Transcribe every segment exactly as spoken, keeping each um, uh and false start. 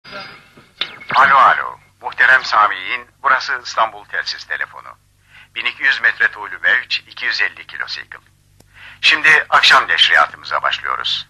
Alo alo. Muhterem Sami'in, burası İstanbul Telsiz Telefonu. bin iki yüz metre tuğlu mevç, iki yüz elli kilosikl. Şimdi akşam neşriyatımıza başlıyoruz.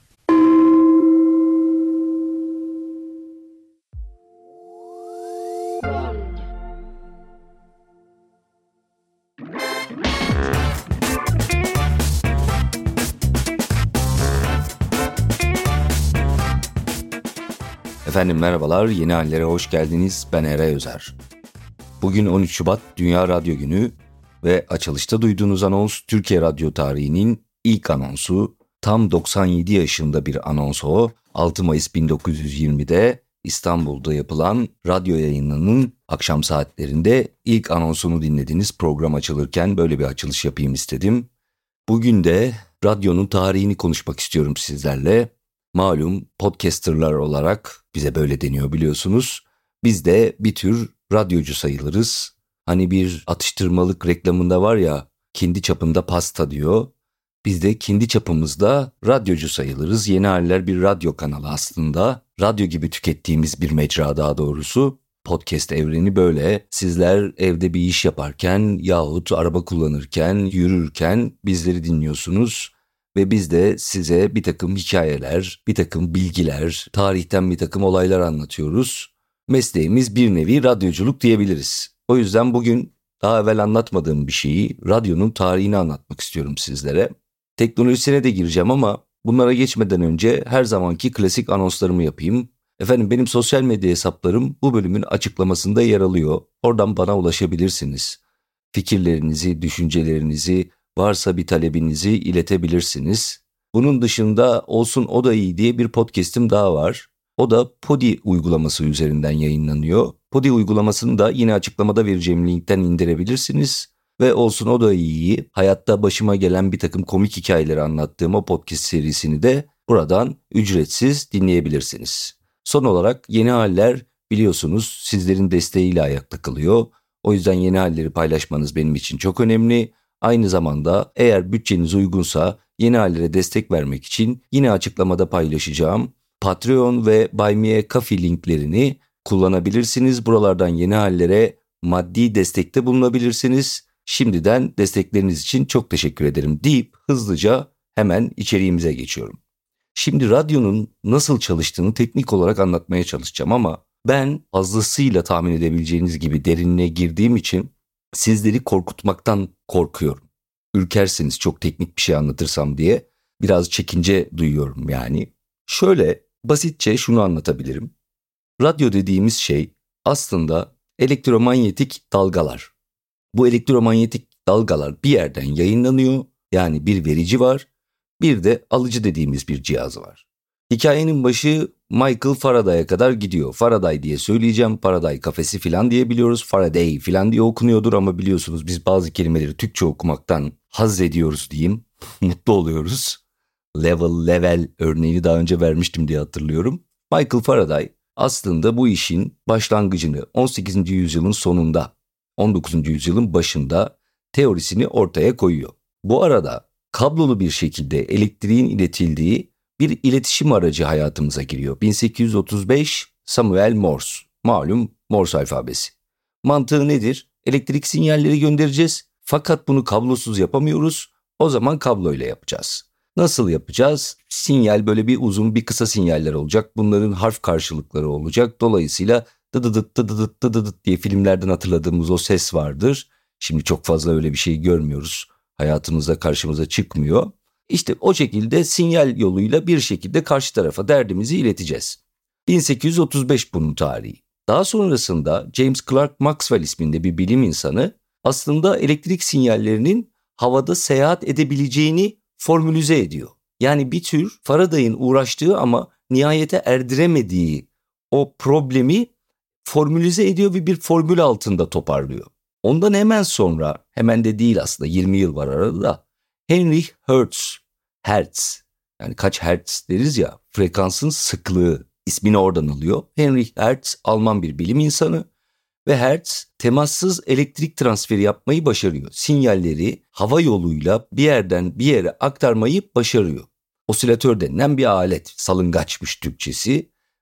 Efendim merhabalar, Yeni Hallere hoş geldiniz. Ben Eray Özer. Bugün on üç Şubat Dünya Radyo Günü ve açılışta duyduğunuz anons Türkiye Radyo tarihinin ilk anonsu. Tam doksan yedi yaşında bir anons o. altı Mayıs bin dokuz yüz yirmide İstanbul'da yapılan radyo yayınının akşam saatlerinde ilk anonsunu dinlediniz. Program açılırken böyle bir açılış yapayım istedim. Bugün de radyonun tarihini konuşmak istiyorum sizlerle. Malum podcasterlar olarak bize böyle deniyor biliyorsunuz. Biz de bir tür radyocu sayılırız. Hani bir atıştırmalık reklamında var ya, kendi çapında pasta diyor. Biz de kendi çapımızda radyocu sayılırız. Yeni Haller bir radyo kanalı aslında. Radyo gibi tükettiğimiz bir mecra daha doğrusu. Podcast evreni böyle. Sizler evde bir iş yaparken yahut araba kullanırken, yürürken bizleri dinliyorsunuz. Ve biz de size bir takım hikayeler, bir takım bilgiler, tarihten bir takım olaylar anlatıyoruz. Mesleğimiz bir nevi radyoculuk diyebiliriz. O yüzden bugün daha evvel anlatmadığım bir şeyi, radyonun tarihini anlatmak istiyorum sizlere. Teknolojisine de gireceğim ama bunlara geçmeden önce her zamanki klasik anonslarımı yapayım. Efendim benim sosyal medya hesaplarım bu bölümün açıklamasında yer alıyor. Oradan bana ulaşabilirsiniz. Fikirlerinizi, düşüncelerinizi, varsa bir talebinizi iletebilirsiniz. Bunun dışında Olsun O Da İyi diye bir podcast'im daha var. O da Podi uygulaması üzerinden yayınlanıyor. Podi uygulamasını da yine açıklamada vereceğim linkten indirebilirsiniz. Ve Olsun O Da İyi'yi, hayatta başıma gelen bir takım komik hikayeleri anlattığım o podcast serisini de buradan ücretsiz dinleyebilirsiniz. Son olarak Yeni Haller biliyorsunuz sizlerin desteğiyle ayakta kalıyor. O yüzden Yeni Halleri paylaşmanız benim için çok önemli. Aynı zamanda eğer bütçeniz uygunsa Yeni Hallere destek vermek için yine açıklamada paylaşacağım Patreon ve Buy Me a Coffee linklerini kullanabilirsiniz. Buralardan Yeni Hallere maddi destekte bulunabilirsiniz. Şimdiden destekleriniz için çok teşekkür ederim deyip hızlıca hemen içeriğimize geçiyorum. Şimdi radyonun nasıl çalıştığını teknik olarak anlatmaya çalışacağım ama ben fazlasıyla tahmin edebileceğiniz gibi derinliğe girdiğim için sizleri korkutmaktan korkuyorum. Ürkersiniz çok teknik bir şey anlatırsam diye. Biraz çekince duyuyorum yani. Şöyle basitçe şunu anlatabilirim. Radyo dediğimiz şey aslında elektromanyetik dalgalar. Bu elektromanyetik dalgalar bir yerden yayınlanıyor. Yani bir verici var. Bir de alıcı dediğimiz bir cihaz var. Hikayenin başı Michael Faraday'a kadar gidiyor. Faraday diye söyleyeceğim. Faraday kafesi falan diye biliyoruz. Faraday falan diye okunuyordur ama biliyorsunuz biz bazı kelimeleri Türkçe okumaktan haz ediyoruz diyeyim. Mutlu oluyoruz. Level, level örneğini daha önce vermiştim diye hatırlıyorum. Michael Faraday aslında bu işin başlangıcını on sekizinci yüzyılın sonunda, on dokuzuncu yüzyılın başında teorisini ortaya koyuyor. Bu arada kablolu bir şekilde elektriğin iletildiği bir iletişim aracı hayatımıza giriyor. bin sekiz yüz otuz beş Samuel Morse, malum Morse alfabesi. Mantığı nedir? Elektrik sinyalleri göndereceğiz fakat bunu kablosuz yapamıyoruz. O zaman kabloyla yapacağız. Nasıl yapacağız? Sinyal böyle bir uzun bir kısa sinyaller olacak. Bunların harf karşılıkları olacak. Dolayısıyla dıdıdıt dıdıdıt dıdıdıt diye filmlerden hatırladığımız o ses vardır. Şimdi çok fazla öyle bir şey görmüyoruz. Hayatımızda karşımıza çıkmıyor. İşte o şekilde sinyal yoluyla bir şekilde karşı tarafa derdimizi ileteceğiz. bin sekiz yüz otuz beş bunun tarihi. Daha sonrasında James Clerk Maxwell isminde bir bilim insanı aslında elektrik sinyallerinin havada seyahat edebileceğini formülize ediyor. Yani bir tür Faraday'ın uğraştığı ama nihayete erdiremediği o problemi formülize ediyor ve bir formül altında toparlıyor. Ondan hemen sonra, hemen de değil aslında yirmi yıl var arada, Heinrich Hertz, Hertz yani kaç hertz deriz ya, frekansın sıklığı ismini oradan alıyor. Heinrich Hertz Alman bir bilim insanı ve Hertz temassız elektrik transferi yapmayı başarıyor. Sinyalleri hava yoluyla bir yerden bir yere aktarmayı başarıyor. Osilatör denilen bir alet, salıngaçmış Türkçesi.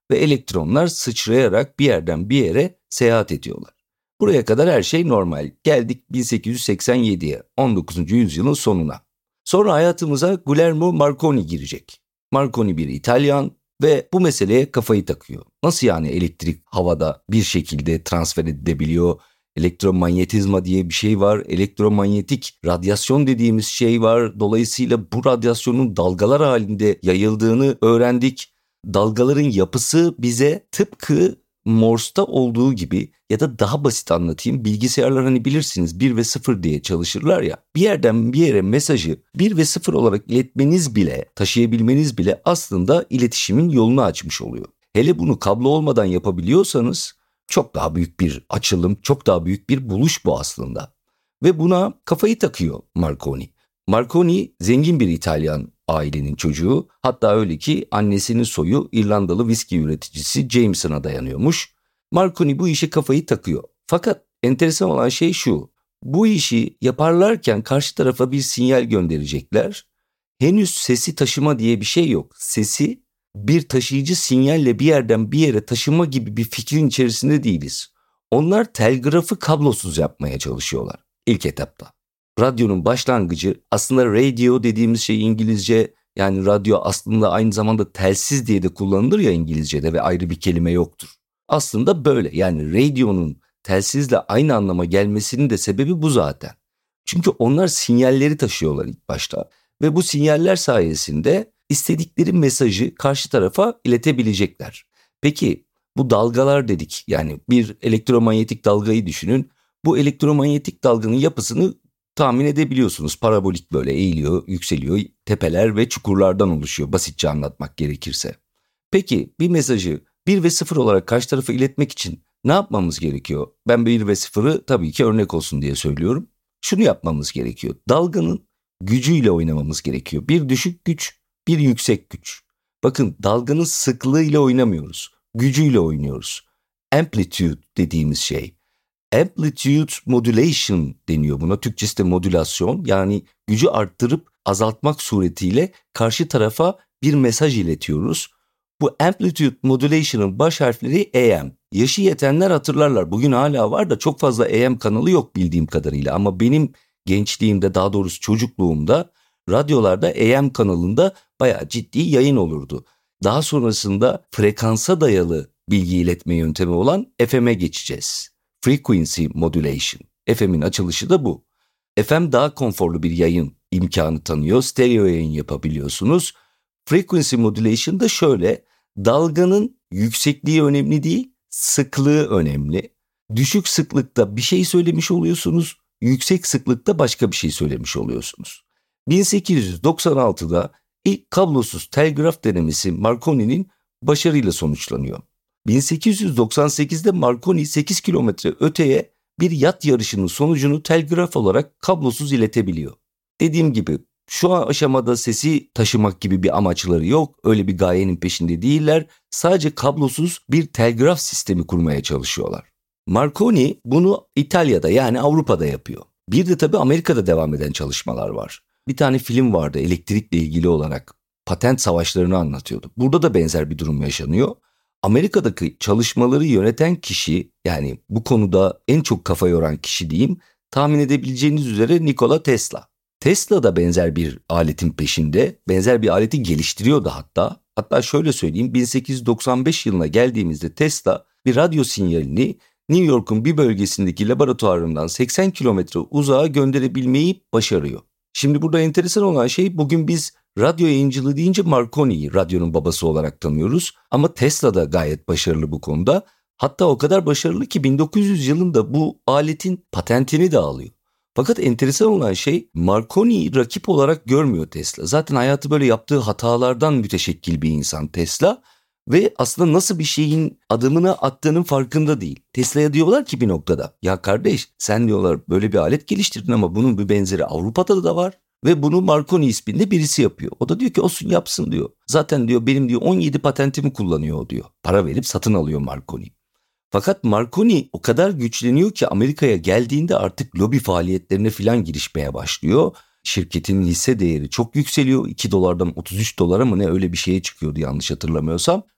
ve elektronlar sıçrayarak bir yerden bir yere seyahat ediyorlar. Buraya kadar her şey normal. Geldik bin sekiz yüz seksen yediye, on dokuzuncu yüzyılın sonuna. Sonra hayatımıza Guglielmo Marconi girecek. Marconi bir İtalyan ve bu meseleye kafayı takıyor. Nasıl yani elektrik havada bir şekilde transfer edilebiliyor? Elektromanyetizma diye bir şey var. Elektromanyetik radyasyon dediğimiz şey var. Dolayısıyla bu radyasyonun dalgalar halinde yayıldığını öğrendik. Dalgaların yapısı bize tıpkı Morse'ta olduğu gibi, ya da daha basit anlatayım, bilgisayarlar hani bilirsiniz bir ve sıfır diye çalışırlar ya, bir yerden bir yere mesajı bir ve sıfır olarak iletmeniz bile, taşıyabilmeniz bile aslında iletişimin yolunu açmış oluyor. Hele bunu kablo olmadan yapabiliyorsanız çok daha büyük bir açılım, çok daha büyük bir buluş bu aslında. Ve buna kafayı takıyor Marconi. Marconi zengin bir İtalyan ailenin çocuğu, hatta öyle ki annesinin soyu İrlandalı viski üreticisi Jameson'a dayanıyormuş. Marconi bu işe kafayı takıyor. Fakat enteresan olan şey şu, bu işi yaparlarken karşı tarafa bir sinyal gönderecekler. Henüz sesi taşıma diye bir şey yok. Sesi bir taşıyıcı sinyalle bir yerden bir yere taşıma gibi bir fikrin içerisinde değiliz. Onlar telgrafı kablosuz yapmaya çalışıyorlar ilk etapta. Radyonun başlangıcı, aslında radio dediğimiz şey İngilizce, yani radyo aslında aynı zamanda telsiz diye de kullanılır ya İngilizce'de ve ayrı bir kelime yoktur. Aslında böyle, yani radyonun telsizle aynı anlama gelmesinin de sebebi bu zaten. Çünkü onlar sinyalleri taşıyorlar ilk başta ve bu sinyaller sayesinde istedikleri mesajı karşı tarafa iletebilecekler. Peki bu dalgalar dedik, yani bir elektromanyetik dalgayı düşünün. Bu elektromanyetik dalganın yapısını tahmin edebiliyorsunuz. Parabolik, böyle eğiliyor, yükseliyor, tepeler ve çukurlardan oluşuyor basitçe anlatmak gerekirse. Peki bir mesajı bir ve sıfır olarak karşı tarafa iletmek için ne yapmamız gerekiyor? Ben bir ve sıfırı tabii ki örnek olsun diye söylüyorum. Şunu yapmamız gerekiyor. Dalganın gücüyle oynamamız gerekiyor. Bir düşük güç, bir yüksek güç. Bakın, dalganın sıklığıyla oynamıyoruz. Gücüyle oynuyoruz. Amplitude dediğimiz şey. Amplitude modulation deniyor buna. Türkçesi de modülasyon, yani gücü arttırıp azaltmak suretiyle karşı tarafa bir mesaj iletiyoruz. Bu amplitude modulation'ın baş harfleri A M. Yaşı yetenler hatırlarlar. Bugün hala var da çok fazla A M kanalı yok bildiğim kadarıyla. Ama benim gençliğimde, daha doğrusu çocukluğumda radyolarda A M kanalında bayağı ciddi yayın olurdu. Daha sonrasında frekansa dayalı bilgi iletme yöntemi olan F M'e geçeceğiz. Frequency modulation. F M'in açılışı da bu. F M daha konforlu bir yayın imkanı tanıyor. Stereo yayın yapabiliyorsunuz. Frequency modulation da şöyle. Dalganın yüksekliği önemli değil, sıklığı önemli. Düşük sıklıkta bir şey söylemiş oluyorsunuz, yüksek sıklıkta başka bir şey söylemiş oluyorsunuz. bin sekiz yüz doksan altıda ilk kablosuz telgraf denemesi Marconi'nin başarıyla sonuçlanıyor. bin sekiz yüz doksan sekizde Marconi sekiz kilometre öteye bir yat yarışının sonucunu telgraf olarak kablosuz iletebiliyor. Dediğim gibi şu an aşamada sesi taşımak gibi bir amaçları yok. Öyle bir gayenin peşinde değiller. Sadece kablosuz bir telgraf sistemi kurmaya çalışıyorlar. Marconi bunu İtalya'da, yani Avrupa'da yapıyor. Bir de tabii Amerika'da devam eden çalışmalar var. Bir tane film vardı elektrikle ilgili olarak. Patent savaşlarını anlatıyordu. Burada da benzer bir durum yaşanıyor. Amerika'daki çalışmaları yöneten kişi, yani bu konuda en çok kafa yoran kişi diyeyim, tahmin edebileceğiniz üzere Nikola Tesla. Tesla da benzer bir aletin peşinde, benzer bir aleti geliştiriyordu hatta. Hatta şöyle söyleyeyim, bin sekiz yüz doksan beş yılına geldiğimizde Tesla bir radyo sinyalini New York'un bir bölgesindeki laboratuvarından seksen kilometre uzağa gönderebilmeyi başarıyor. Şimdi burada enteresan olan şey, bugün biz radyo yayıncılığı deyince Marconi'yi radyonun babası olarak tanıyoruz. Ama Tesla da gayet başarılı bu konuda. Hatta o kadar başarılı ki bin dokuz yüz yılında bu aletin patentini de alıyor. Fakat enteresan olan şey, Marconi'yi rakip olarak görmüyor Tesla. Zaten hayatı böyle yaptığı hatalardan müteşekkil bir insan Tesla. Ve aslında nasıl bir şeyin adımını attığının farkında değil. Tesla'ya diyorlar ki bir noktada, ya kardeş sen diyorlar böyle bir alet geliştirdin ama bunun bir benzeri Avrupa'da da var. Ve bunu Marconi isminde birisi yapıyor. O da diyor ki olsun yapsın diyor. Zaten diyor benim diyor on yedi patentimi kullanıyor o diyor. Para verip satın alıyor Marconi. Fakat Marconi o kadar güçleniyor ki Amerika'ya geldiğinde artık lobi faaliyetlerine filan girişmeye başlıyor. Şirketin hisse değeri çok yükseliyor. iki dolardan otuz üç dolara mı ne öyle bir şeye çıkıyordu yanlış hatırlamıyorsam.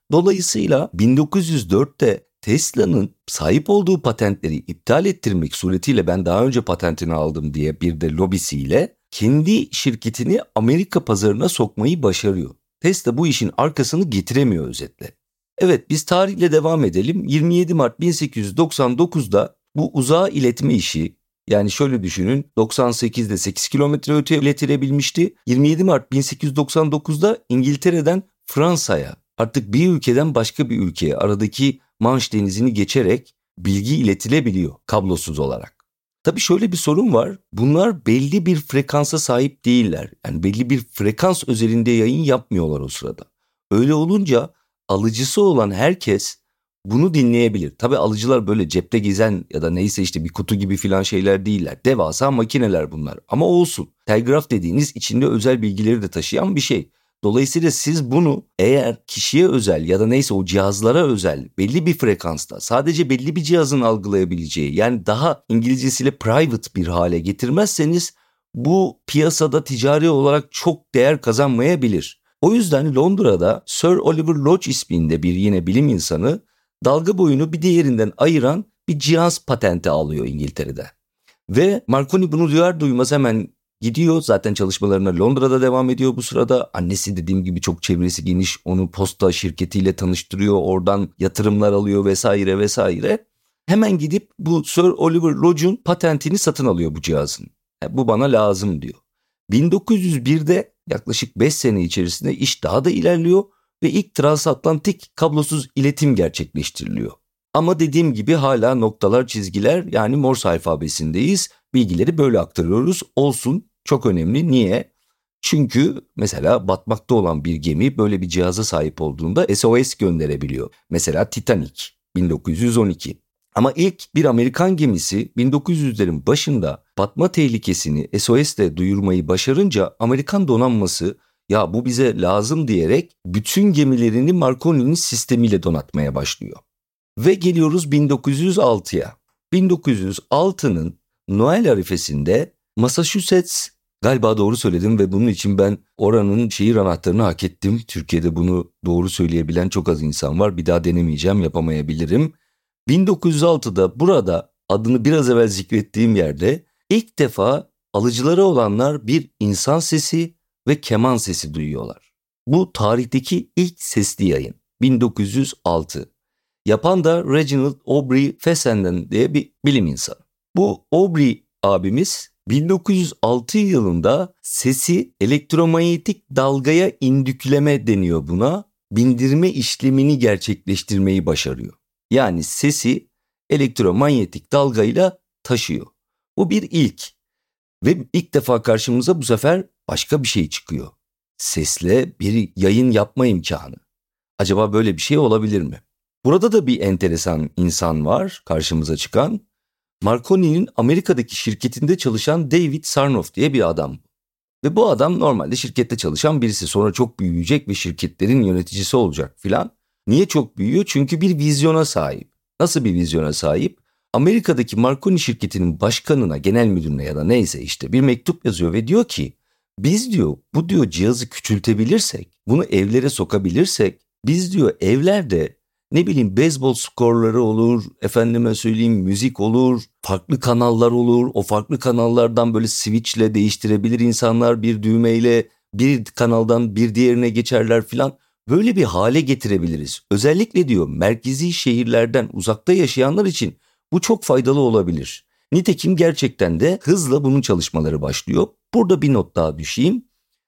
Dolayısıyla bin dokuz yüz dörtte Tesla'nın sahip olduğu patentleri iptal ettirmek suretiyle ben daha önce patentini aldım diye bir de lobisiyle kendi şirketini Amerika pazarına sokmayı başarıyor. Tesla bu işin arkasını getiremiyor özetle. Evet, biz tarihle devam edelim. yirmi yedi Mart bin sekiz yüz doksan dokuzda bu uzağa iletme işi, yani şöyle düşünün, doksan sekizde sekiz kilometre öteye iletilebilmişti. yirmi yedi Mart bin sekiz yüz doksan dokuzda İngiltere'den Fransa'ya, artık bir ülkeden başka bir ülkeye aradaki Manş Denizi'ni geçerek bilgi iletilebiliyor kablosuz olarak. Tabii şöyle bir sorun var. Bunlar belli bir frekansa sahip değiller. Yani belli bir frekans özelinde yayın yapmıyorlar o sırada. Öyle olunca alıcısı olan herkes bunu dinleyebilir. Tabii alıcılar böyle cepte gezen ya da neyse işte bir kutu gibi filan şeyler değiller. Devasa makineler bunlar. Ama olsun. Telgraf dediğiniz içinde özel bilgileri de taşıyan bir şey. Dolayısıyla siz bunu eğer kişiye özel ya da neyse o cihazlara özel belli bir frekansta sadece belli bir cihazın algılayabileceği, yani daha İngilizcesiyle private bir hale getirmezseniz bu piyasada ticari olarak çok değer kazanmayabilir. O yüzden Londra'da Sir Oliver Lodge isminde bir yine bilim insanı dalga boyunu bir diğerinden ayıran bir cihaz patenti alıyor İngiltere'de. Ve Marconi bunu duyar duymaz hemen gidiyor, zaten çalışmalarına Londra'da devam ediyor bu sırada. Annesi dediğim gibi çok çevresi geniş, onu posta şirketiyle tanıştırıyor, oradan yatırımlar alıyor vesaire vesaire. Hemen gidip bu Sir Oliver Lodge'un patentini satın alıyor bu cihazın. Yani bu bana lazım diyor. bin dokuz yüz birde yaklaşık beş sene içerisinde iş daha da ilerliyor ve ilk transatlantik kablosuz iletim gerçekleştiriliyor. Ama dediğim gibi hala noktalar, çizgiler, yani Morse alfabesindeyiz. Bilgileri böyle aktarıyoruz. Olsun, çok önemli. Niye? Çünkü mesela batmakta olan bir gemi böyle bir cihaza sahip olduğunda S O S gönderebiliyor. Mesela Titanic bin dokuz yüz on iki. Ama ilk bir Amerikan gemisi bin dokuz yüzlerin başında batma tehlikesini S O S'le duyurmayı başarınca Amerikan donanması ya bu bize lazım diyerek bütün gemilerini Marconi'nin sistemiyle donatmaya başlıyor. Ve geliyoruz bin dokuz yüz altıya. bin dokuz yüz altının Noel arifesinde Massachusetts, galiba doğru söyledim ve bunun için ben oranın şehir anahtarını hak ettim. Türkiye'de bunu doğru söyleyebilen çok az insan var. Bir daha denemeyeceğim, yapamayabilirim. bin dokuz yüz altıda burada adını biraz evvel zikrettiğim yerde ilk defa alıcıları olanlar bir insan sesi ve keman sesi duyuyorlar. Bu tarihteki ilk sesli yayın bin dokuz yüz altı. Yapan da Reginald Aubrey Fessenden diye bir bilim insanı. Bu Aubrey abimiz bin dokuz yüz altı yılında sesi elektromanyetik dalgaya indükleme deniyor buna. Bindirme işlemini gerçekleştirmeyi başarıyor. Yani sesi elektromanyetik dalgayla taşıyor. Bu bir ilk. Ve ilk defa karşımıza bu sefer başka bir şey çıkıyor. Sesle bir yayın yapma imkanı. Acaba böyle bir şey olabilir mi? Burada da bir enteresan insan var karşımıza çıkan. Marconi'nin Amerika'daki şirketinde çalışan David Sarnoff diye bir adam. Ve bu adam normalde şirkette çalışan birisi. Sonra çok büyüyecek ve şirketlerin yöneticisi olacak filan. Niye çok büyüyor? Çünkü bir vizyona sahip. Nasıl bir vizyona sahip? Amerika'daki Marconi şirketinin başkanına, genel müdürüne ya da neyse işte bir mektup yazıyor ve diyor ki biz diyor bu diyor cihazı küçültebilirsek, bunu evlere sokabilirsek biz diyor evlerde ne bileyim beyzbol skorları olur, efendime söyleyeyim müzik olur, farklı kanallar olur. O farklı kanallardan böyle switchle değiştirebilir insanlar, bir düğmeyle bir kanaldan bir diğerine geçerler filan. Böyle bir hale getirebiliriz. Özellikle diyor merkezi şehirlerden uzakta yaşayanlar için bu çok faydalı olabilir. Nitekim gerçekten de hızla bunun çalışmaları başlıyor. Burada bir not daha düşeyim.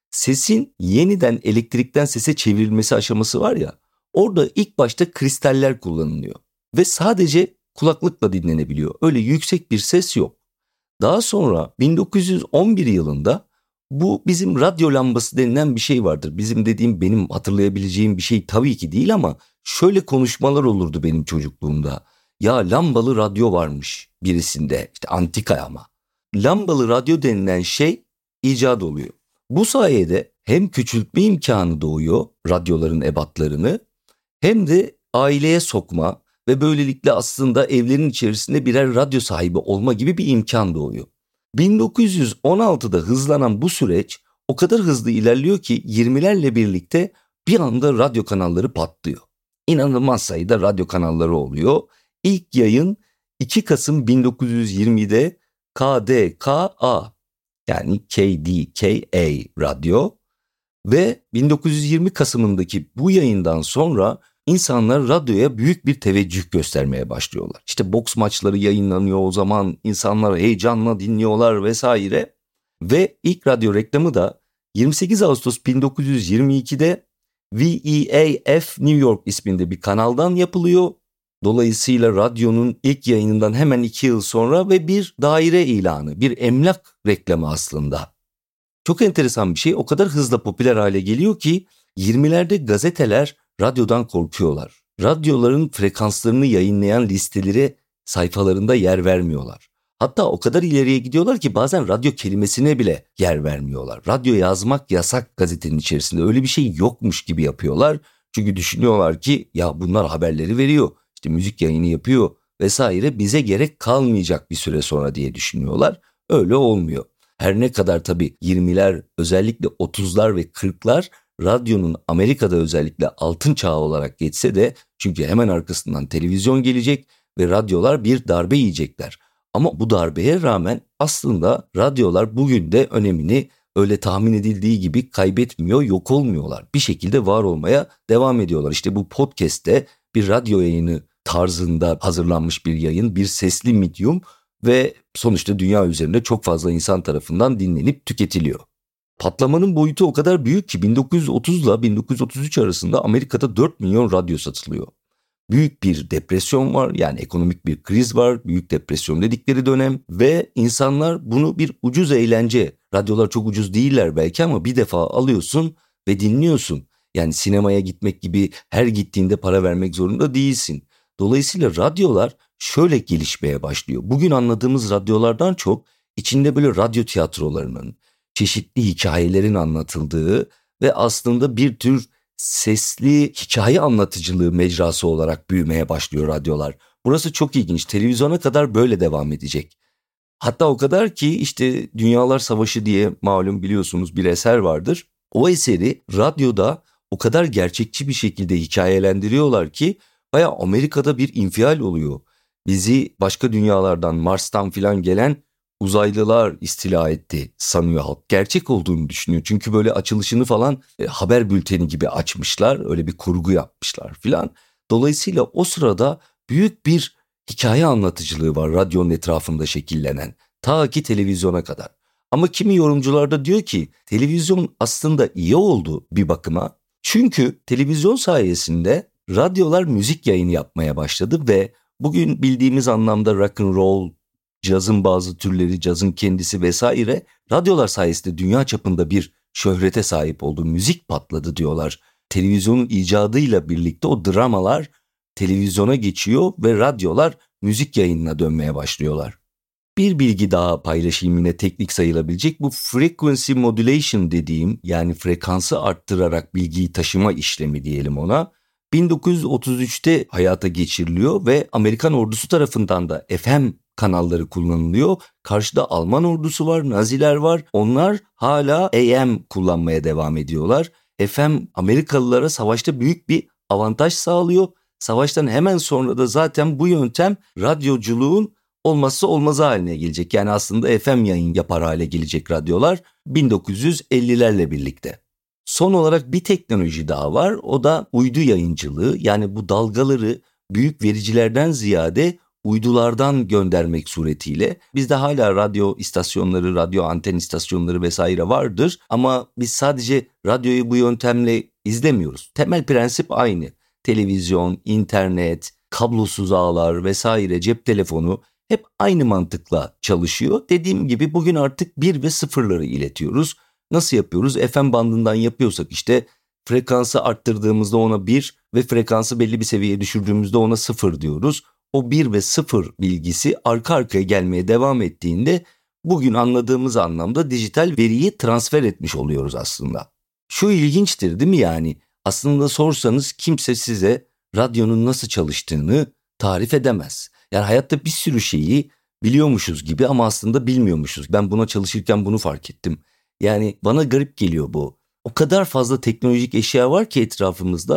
Sesin yeniden elektrikten sese çevrilmesi aşaması var ya. Orada ilk başta kristaller kullanılıyor ve sadece kulaklıkla dinlenebiliyor. Öyle yüksek bir ses yok. Daha sonra bin dokuz yüz on bir yılında bu bizim radyo lambası denilen bir şey vardır. Bizim dediğim benim hatırlayabileceğim bir şey tabii ki değil ama şöyle konuşmalar olurdu benim çocukluğumda. Ya lambalı radyo varmış birisinde, işte antika ama. Lambalı radyo denilen şey icat oluyor. Bu sayede hem küçültme imkanı doğuyor radyoların ebatlarını, hem de aileye sokma ve böylelikle aslında evlerin içerisinde birer radyo sahibi olma gibi bir imkan doğuyor. bin dokuz yüz on altıda hızlanan bu süreç o kadar hızlı ilerliyor ki yirmilerle birlikte bir anda radyo kanalları patlıyor. İnanılmaz sayıda radyo kanalları oluyor. İlk yayın iki Kasım bin dokuz yüz yirmide K D K A yani K D K A radyo ve bin dokuz yüz yirmi Kasım'ındaki bu yayından sonra insanlar radyoya büyük bir teveccüh göstermeye başlıyorlar. İşte boks maçları yayınlanıyor o zaman, insanlar heyecanla dinliyorlar vesaire. Ve ilk radyo reklamı da yirmi sekiz Ağustos bin dokuz yüz yirmi ikide V E A F New York isminde bir kanaldan yapılıyor. Dolayısıyla radyonun ilk yayınından hemen iki yıl sonra ve bir daire ilanı, bir emlak reklamı aslında. Çok enteresan bir şey, o kadar hızla popüler hale geliyor ki yirmilerde gazeteler radyodan korkuyorlar. Radyoların frekanslarını yayınlayan listelere sayfalarında yer vermiyorlar. Hatta o kadar ileriye gidiyorlar ki bazen radyo kelimesine bile yer vermiyorlar. Radyo yazmak yasak gazetenin içerisinde, öyle bir şey yokmuş gibi yapıyorlar. Çünkü düşünüyorlar ki ya bunlar haberleri veriyor, işte müzik yayını yapıyor vesaire, bize gerek kalmayacak bir süre sonra diye düşünüyorlar. Öyle olmuyor. Her ne kadar tabii yirmiler, özellikle otuzlar ve kırklar radyonun Amerika'da özellikle altın çağı olarak geçse de, çünkü hemen arkasından televizyon gelecek ve radyolar bir darbe yiyecekler. Ama bu darbeye rağmen aslında radyolar bugün de önemini öyle tahmin edildiği gibi kaybetmiyor, yok olmuyorlar. Bir şekilde var olmaya devam ediyorlar. İşte bu podcast'te bir radyo yayını tarzında hazırlanmış bir yayın, bir sesli medium ve sonuçta dünya üzerinde çok fazla insan tarafından dinlenip tüketiliyor. Patlamanın boyutu o kadar büyük ki bin dokuz yüz otuzla bin dokuz yüz otuz üç arasında Amerika'da dört milyon radyo satılıyor. Büyük bir depresyon var, yani ekonomik bir kriz var, büyük depresyon dedikleri dönem ve insanlar bunu bir ucuz eğlence, radyolar çok ucuz değiller belki ama bir defa alıyorsun ve dinliyorsun. Yani sinemaya gitmek gibi her gittiğinde para vermek zorunda değilsin. Dolayısıyla radyolar şöyle gelişmeye başlıyor. Bugün anladığımız radyolardan çok içinde böyle radyo tiyatrolarının, çeşitli hikayelerin anlatıldığı ve aslında bir tür sesli hikaye anlatıcılığı mecrası olarak büyümeye başlıyor radyolar. Burası çok ilginç. Televizyona kadar böyle devam edecek. Hatta o kadar ki işte Dünyalar Savaşı diye malum biliyorsunuz bir eser vardır. O eseri radyoda o kadar gerçekçi bir şekilde hikayelendiriyorlar ki bayağı Amerika'da bir infial oluyor. Bizi başka dünyalardan, Mars'tan filan gelen uzaylılar istila etti sanıyor halk. Gerçek olduğunu düşünüyor. Çünkü böyle açılışını falan e, haber bülteni gibi açmışlar. Öyle bir kurgu yapmışlar filan. Dolayısıyla o sırada büyük bir hikaye anlatıcılığı var radyonun etrafında şekillenen. Ta ki televizyona kadar. Ama kimi yorumcular da diyor ki televizyon aslında iyi oldu bir bakıma. Çünkü televizyon sayesinde radyolar müzik yayını yapmaya başladı ve bugün bildiğimiz anlamda rock and roll, cazın bazı türleri, cazın kendisi vesaire radyolar sayesinde dünya çapında bir şöhrete sahip oldu. Müzik patladı diyorlar. Televizyonun icadıyla birlikte o dramalar televizyona geçiyor ve radyolar müzik yayınına dönmeye başlıyorlar. Bir bilgi daha paylaşayım, yine teknik sayılabilecek. Bu frequency modulation dediğim, yani frekansı arttırarak bilgiyi taşıma işlemi diyelim ona, bin dokuz yüz otuz üçte hayata geçiriliyor ve Amerikan ordusu tarafından da F M kanalları kullanılıyor. Karşıda Alman ordusu var, Naziler var. Onlar hala A M kullanmaya devam ediyorlar. F M Amerikalılara savaşta büyük bir avantaj sağlıyor. Savaştan hemen sonra da zaten bu yöntem radyoculuğun olmazsa olmazı haline gelecek. Yani aslında F M yayın yapar hale gelecek radyolar bin dokuz yüz ellilerle birlikte. Son olarak bir teknoloji daha var. O da uydu yayıncılığı. Yani bu dalgaları büyük vericilerden ziyade uydulardan göndermek suretiyle. Bizde hala radyo istasyonları, radyo anten istasyonları vesaire vardır. Ama biz sadece radyoyu bu yöntemle izlemiyoruz. Temel prensip aynı. Televizyon, internet, kablosuz ağlar vesaire, cep telefonu hep aynı mantıkla çalışıyor. Dediğim gibi bugün artık bir ve sıfırları iletiyoruz. Nasıl yapıyoruz? F M bandından yapıyorsak işte frekansı arttırdığımızda ona bir ve frekansı belli bir seviyeye düşürdüğümüzde ona sıfır diyoruz. O bir ve sıfır bilgisi arka arkaya gelmeye devam ettiğinde bugün anladığımız anlamda dijital veriyi transfer etmiş oluyoruz aslında. Şu ilginçtir değil mi yani? Aslında sorsanız kimse size radyonun nasıl çalıştığını tarif edemez. Yani hayatta bir sürü şeyi biliyormuşuz gibi ama aslında bilmiyormuşuz. Ben buna çalışırken bunu fark ettim. Yani bana garip geliyor bu. O kadar fazla teknolojik eşya var ki etrafımızda.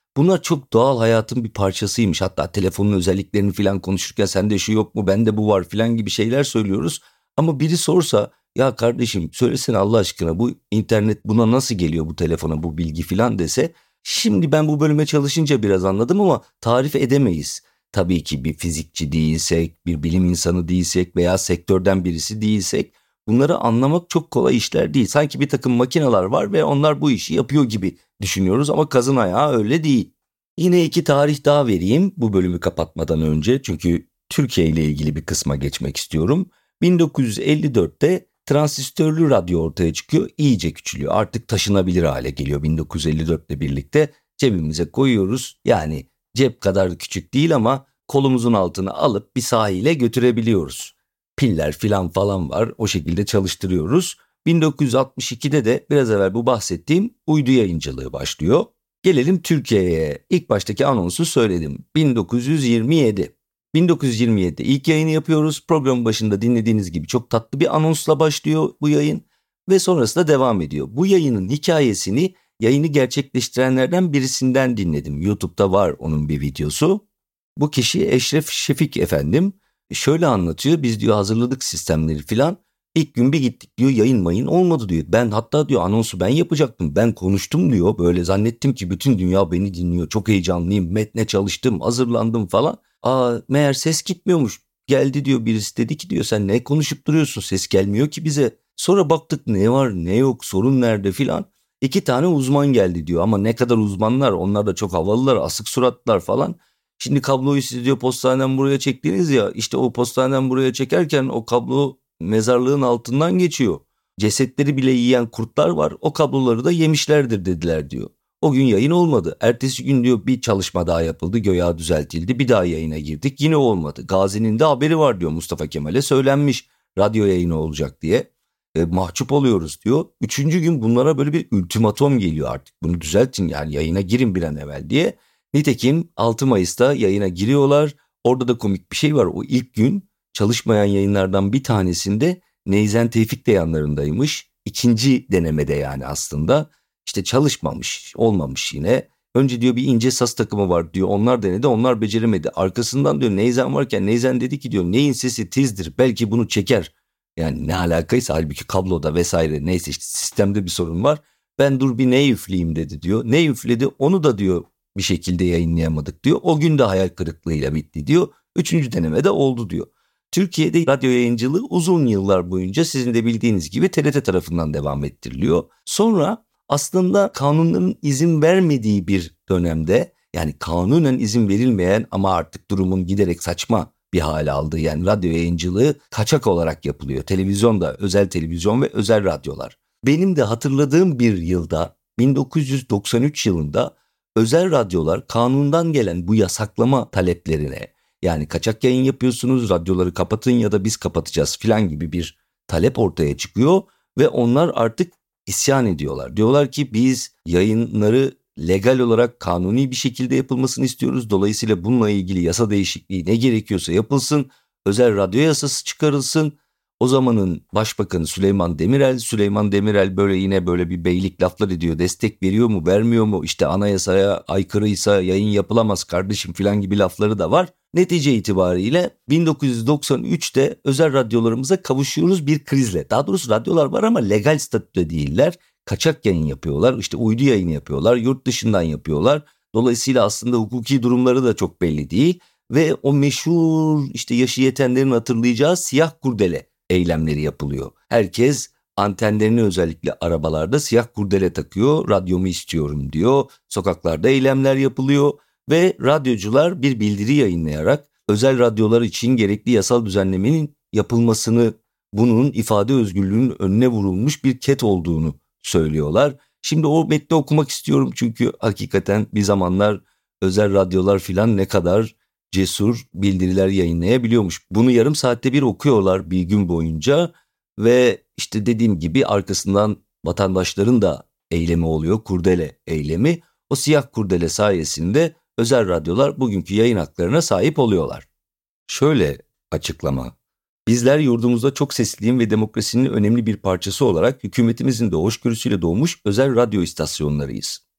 Bunlar çok doğal hayatın bir parçasıymış. Hatta telefonun özelliklerini falan konuşurken sende şu yok mu, bende bu var falan gibi şeyler söylüyoruz. Ama biri sorsa, ya kardeşim söylesene Allah aşkına, bu internet buna nasıl geliyor, bu telefona bu bilgi falan dese, şimdi ben bu bölüme çalışınca biraz anladım ama tarif edemeyiz. Tabii ki bir fizikçi değilsek, bir bilim insanı değilsek veya sektörden birisi değilsek bunları anlamak çok kolay işler değil. Sanki bir takım makineler var ve onlar bu işi yapıyor gibi düşünüyoruz ama kazın ayağı öyle değil. Yine iki tarih daha vereyim bu bölümü kapatmadan önce, çünkü Türkiye ile ilgili bir kısma geçmek istiyorum. bin dokuz yüz elli dörtte transistörlü radyo ortaya çıkıyor, iyice küçülüyor, artık taşınabilir hale geliyor bin dokuz yüz elli dörtle birlikte, cebimize koyuyoruz. Yani cep kadar küçük değil ama kolumuzun altına alıp bir sahile götürebiliyoruz. Piller filan falan var, o şekilde çalıştırıyoruz. bin dokuz yüz altmış ikide de biraz evvel bu bahsettiğim uydu yayıncılığı başlıyor. Gelelim Türkiye'ye. İlk baştaki anonsu söyledim. bin dokuz yüz yirmi yedi. bin dokuz yüz yirmi yedide ilk yayını yapıyoruz. Programın başında dinlediğiniz gibi çok tatlı bir anonsla başlıyor bu yayın ve sonrasında devam ediyor. Bu yayının hikayesini yayını gerçekleştirenlerden birisinden dinledim. YouTube'da var onun bir videosu. Bu kişi Eşref Şefik efendim. Şöyle anlatıyor, biz diyor hazırladık sistemleri filan. İlk gün bir gittik diyor, yayın mayın olmadı diyor. Ben hatta diyor anonsu ben yapacaktım, ben konuştum diyor. Böyle zannettim ki bütün dünya beni dinliyor, çok heyecanlıyım, metne çalıştım, hazırlandım falan. Aa, meğer ses gitmiyormuş. Geldi diyor birisi, dedi ki diyor sen ne konuşup duruyorsun, ses gelmiyor ki bize. Sonra baktık ne var ne yok, sorun nerede filan. İki tane uzman geldi diyor ama ne kadar uzmanlar, onlar da çok havalılar, asık suratlar falan. Şimdi kabloyu siz diyor postaneden buraya çektiniz ya, işte o postaneden buraya çekerken o kablo mezarlığın altından geçiyor. Cesetleri bile yiyen kurtlar var, o kabloları da yemişlerdir dediler diyor. O gün yayın olmadı. Ertesi gün diyor bir çalışma daha yapıldı, göya düzeltildi, bir daha yayına girdik, yine olmadı. Gazi'nin de haberi var diyor, Mustafa Kemal'e söylenmiş radyo yayını olacak diye. E, mahcup oluyoruz diyor. Üçüncü gün bunlara böyle bir ultimatom geliyor, artık bunu düzeltin yani, yayına girin bir an evvel diye. Nitekim altı Mayıs'ta yayına giriyorlar. Orada da komik bir şey var. O ilk gün çalışmayan yayınlardan bir tanesinde Neyzen Tevfik de yanlarındaymış. İkinci denemede yani aslında işte çalışmamış, olmamış yine. Önce diyor bir ince saz takımı var diyor, onlar denedi, onlar beceremedi. Arkasından diyor Neyzen varken Neyzen dedi ki diyor neyin sesi tizdir, belki bunu çeker. Yani ne alakaysa, halbuki kabloda vesaire neyse işte sistemde bir sorun var. Ben dur bir ne üfleyeyim dedi diyor. Ne üfledi onu da diyor bir şekilde yayınlayamadık diyor. O gün de hayal kırıklığıyla bitti diyor. Üçüncü denemede oldu diyor. Türkiye'de radyo yayıncılığı uzun yıllar boyunca sizin de bildiğiniz gibi T R T tarafından devam ettiriliyor. Sonra aslında kanunların izin vermediği bir dönemde, yani kanunen izin verilmeyen ama artık durumun giderek saçma bir hale aldığı, yani radyo yayıncılığı kaçak olarak yapılıyor. Televizyonda özel televizyon ve özel radyolar. Benim de hatırladığım bir yılda, bin dokuz yüz doksan üç yılında özel radyolar kanundan gelen bu yasaklama taleplerine, yani kaçak yayın yapıyorsunuz, radyoları kapatın ya da biz kapatacağız filan gibi bir talep ortaya çıkıyor ve onlar artık isyan ediyorlar. Diyorlar ki biz yayınları legal olarak kanuni bir şekilde yapılmasını istiyoruz. Dolayısıyla bununla ilgili yasa değişikliği ne gerekiyorsa yapılsın. Özel radyo yasası çıkarılsın. O zamanın Başbakanı Süleyman Demirel, Süleyman Demirel böyle yine böyle bir beylik laflar ediyor. Destek veriyor mu, vermiyor mu? İşte anayasaya aykırıysa yayın yapılamaz kardeşim filan gibi lafları da var. Netice itibariyle bin dokuz yüz doksan üçte özel radyolarımıza kavuşuyoruz bir krizle. Daha doğrusu radyolar var ama legal statüde değiller. Kaçak yayın yapıyorlar, işte uydu yayını yapıyorlar, yurt dışından yapıyorlar. Dolayısıyla aslında hukuki durumları da çok belli değil. Ve o meşhur işte yaşı yetenlerin hatırlayacağı siyah kurdele eylemleri yapılıyor. Herkes antenlerini özellikle arabalarda siyah kurdele takıyor, radyomu istiyorum diyor. Sokaklarda eylemler yapılıyor ve radyocular bir bildiri yayınlayarak özel radyolar için gerekli yasal düzenlemenin yapılmasını, bunun ifade özgürlüğünün önüne vurulmuş bir ket olduğunu söylüyorlar. Şimdi o metni okumak istiyorum çünkü hakikaten bir zamanlar özel radyolar filan ne kadar cesur bildiriler yayınlayabiliyormuş. Bunu yarım saatte bir okuyorlar bir gün boyunca ve işte dediğim gibi arkasından vatandaşların da eylemi oluyor, kurdele eylemi. O siyah kurdele sayesinde özel radyolar bugünkü yayın haklarına sahip oluyorlar. Şöyle açıklama: bizler yurdumuzda çok sesliliğin ve demokrasinin önemli bir parçası olarak hükümetimizin de hoşgörüsüyle doğmuş özel radyo istasyonlarıyız.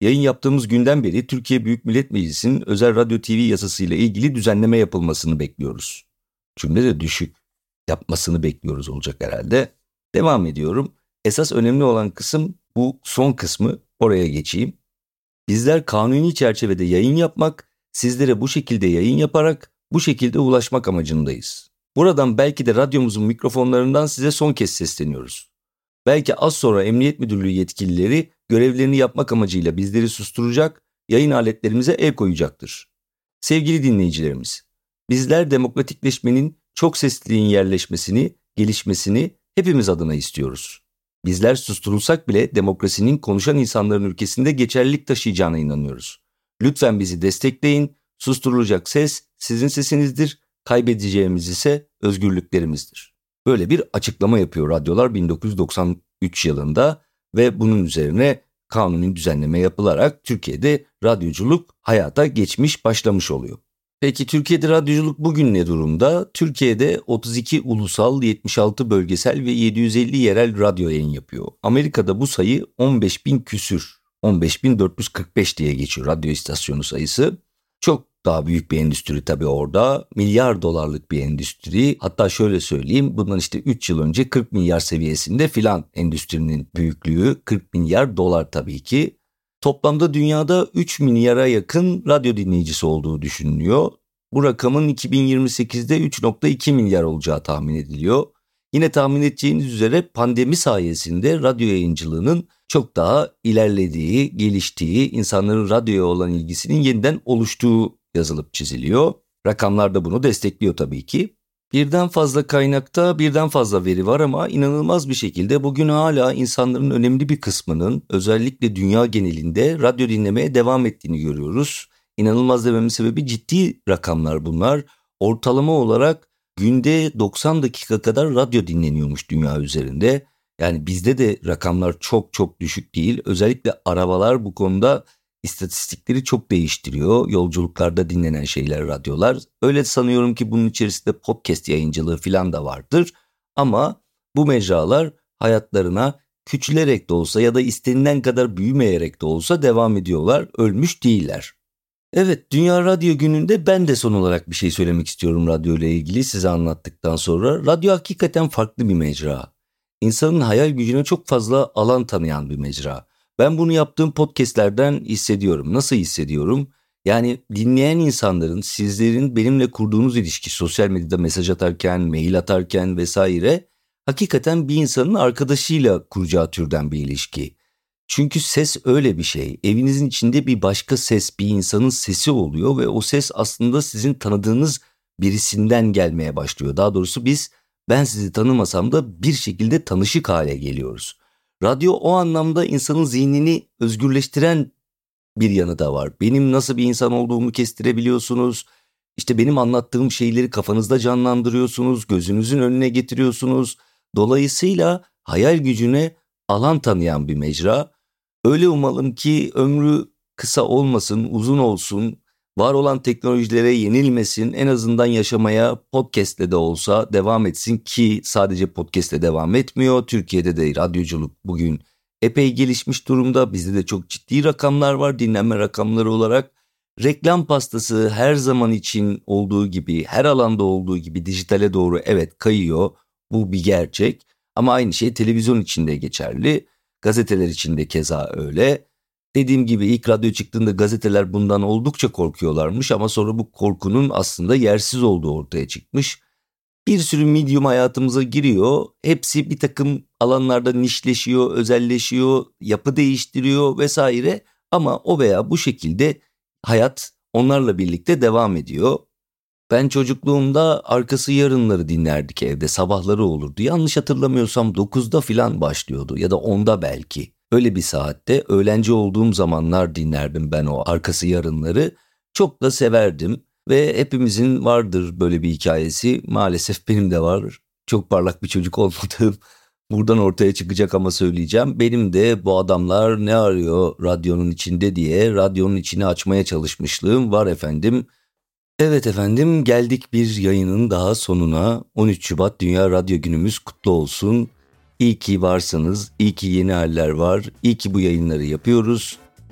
Yayın yaptığımız günden beri Türkiye Büyük Millet Meclisi'nin özel radyo T V yasasıyla ilgili düzenleme yapılmasını bekliyoruz. Cümle de düşük. Yapmasını bekliyoruz olacak herhalde. Devam ediyorum. Esas önemli olan kısım bu son kısmı, oraya geçeyim. Bizler kanuni çerçevede yayın yapmak, sizlere bu şekilde yayın yaparak bu şekilde ulaşmak amacındayız. Buradan belki de radyomuzun mikrofonlarından size son kez sesleniyoruz. Belki az sonra Emniyet Müdürlüğü yetkilileri görevlerini yapmak amacıyla bizleri susturacak, yayın aletlerimize el koyacaktır. Sevgili dinleyicilerimiz, bizler demokratikleşmenin, çok sesliliğin yerleşmesini, gelişmesini hepimiz adına istiyoruz. Bizler susturulsak bile demokrasinin konuşan insanların ülkesinde geçerlilik taşıyacağına inanıyoruz. Lütfen bizi destekleyin, susturulacak ses sizin sesinizdir, kaybedeceğimiz ise özgürlüklerimizdir. Böyle bir açıklama yapıyor Radyolar bin dokuz yüz doksan üç yılında ve bunun üzerine kanuni düzenleme yapılarak Türkiye'de radyoculuk hayata geçmiş, başlamış oluyor. Peki Türkiye'de radyoculuk bugün ne durumda? Türkiye'de otuz iki ulusal, yetmiş altı bölgesel ve yedi yüz elli yerel radyo yayın yapıyor. Amerika'da bu sayı on beş bin küsür, on beş bin dört yüz kırk beş diye geçiyor radyo istasyonu sayısı. Çok daha büyük bir endüstri tabii orada. Milyar dolarlık bir endüstri. Hatta şöyle söyleyeyim, bundan işte üç yıl önce kırk milyar seviyesinde filan endüstrinin büyüklüğü. kırk milyar dolar tabii ki. Toplamda dünyada üç milyara yakın radyo dinleyicisi olduğu düşünülüyor. Bu rakamın iki bin yirmi sekizde üç virgül iki milyar olacağı tahmin ediliyor. Yine tahmin edeceğiniz üzere pandemi sayesinde radyo yayıncılığının çok daha ilerlediği, geliştiği, insanların radyoya olan ilgisinin yeniden oluştuğu yazılıp çiziliyor. Rakamlar da bunu destekliyor tabii ki. Birden fazla kaynakta birden fazla veri var ama inanılmaz bir şekilde bugün hala insanların önemli bir kısmının özellikle dünya genelinde radyo dinlemeye devam ettiğini görüyoruz. İnanılmaz dememin sebebi ciddi rakamlar bunlar. Ortalama olarak günde doksan dakika kadar radyo dinleniyormuş dünya üzerinde. Yani bizde de rakamlar çok çok düşük değil. Özellikle arabalar bu konuda İstatistikleri çok değiştiriyor. Yolculuklarda dinlenen şeyler radyolar. Öyle sanıyorum ki bunun içerisinde podcast yayıncılığı falan da vardır. Ama bu mecralar hayatlarına küçülerek de olsa ya da istenilen kadar büyümeyerek de olsa devam ediyorlar. Ölmüş değiller. Evet, Dünya Radyo Günü'nde ben de son olarak bir şey söylemek istiyorum radyo ile ilgili size anlattıktan sonra. Radyo hakikaten farklı bir mecra. İnsanın hayal gücüne çok fazla alan tanıyan bir mecra. Ben bunu yaptığım podcastlerden hissediyorum. Nasıl hissediyorum? Yani dinleyen insanların, sizlerin benimle kurduğunuz ilişki, sosyal medyada mesaj atarken, mail atarken vesaire, hakikaten bir insanın arkadaşıyla kuracağı türden bir ilişki. Çünkü ses öyle bir şey. Evinizin içinde bir başka ses, bir insanın sesi oluyor ve o ses aslında sizin tanıdığınız birisinden gelmeye başlıyor. Daha doğrusu biz, ben sizi tanımasam da bir şekilde tanışık hale geliyoruz. Radyo o anlamda insanın zihnini özgürleştiren bir yanı da var. Benim nasıl bir insan olduğumu kestirebiliyorsunuz. İşte benim anlattığım şeyleri kafanızda canlandırıyorsunuz, gözünüzün önüne getiriyorsunuz. Dolayısıyla hayal gücüne alan tanıyan bir mecra. Öyle umalım ki ömrü kısa olmasın, uzun olsun, var olan teknolojilere yenilmesin, en azından yaşamaya podcast'le de olsa devam etsin ki sadece podcast'le devam etmiyor. Türkiye'de de radyoculuk bugün epey gelişmiş durumda. Bizde de çok ciddi rakamlar var dinlenme rakamları olarak. Reklam pastası her zaman için olduğu gibi, her alanda olduğu gibi dijitale doğru evet kayıyor. Bu bir gerçek ama aynı şey televizyon için de geçerli. Gazeteler için de keza öyle. Dediğim gibi ilk radyo çıktığında gazeteler bundan oldukça korkuyorlarmış ama sonra bu korkunun aslında yersiz olduğu ortaya çıkmış. Bir sürü medium hayatımıza giriyor. Hepsi bir takım alanlarda nişleşiyor, özelleşiyor, yapı değiştiriyor vesaire. Ama o veya bu şekilde hayat onlarla birlikte devam ediyor. Ben çocukluğumda arkası yarınları dinlerdik evde, sabahları olurdu. Yanlış hatırlamıyorsam dokuzda filan başlıyordu ya da onda belki. Öyle bir saatte öğlenci olduğum zamanlar dinlerdim ben o arkası yarınları. Çok da severdim ve hepimizin vardır böyle bir hikayesi. Maalesef benim de var. Çok parlak bir çocuk olmadığım buradan ortaya çıkacak ama söyleyeceğim. Benim de bu adamlar ne arıyor radyonun içinde diye radyonun içini açmaya çalışmışlığım var efendim. Evet efendim, geldik bir yayının daha sonuna. on üç Şubat Dünya Radyo Günümüz kutlu olsun. İyi ki varsınız, iyi ki yeni haller var, iyi ki bu yayınları yapıyoruz ve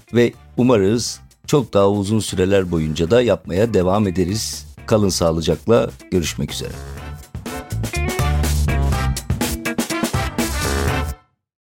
Umarız çok daha uzun süreler boyunca da yapmaya devam ederiz. Kalın sağlıcakla, görüşmek üzere.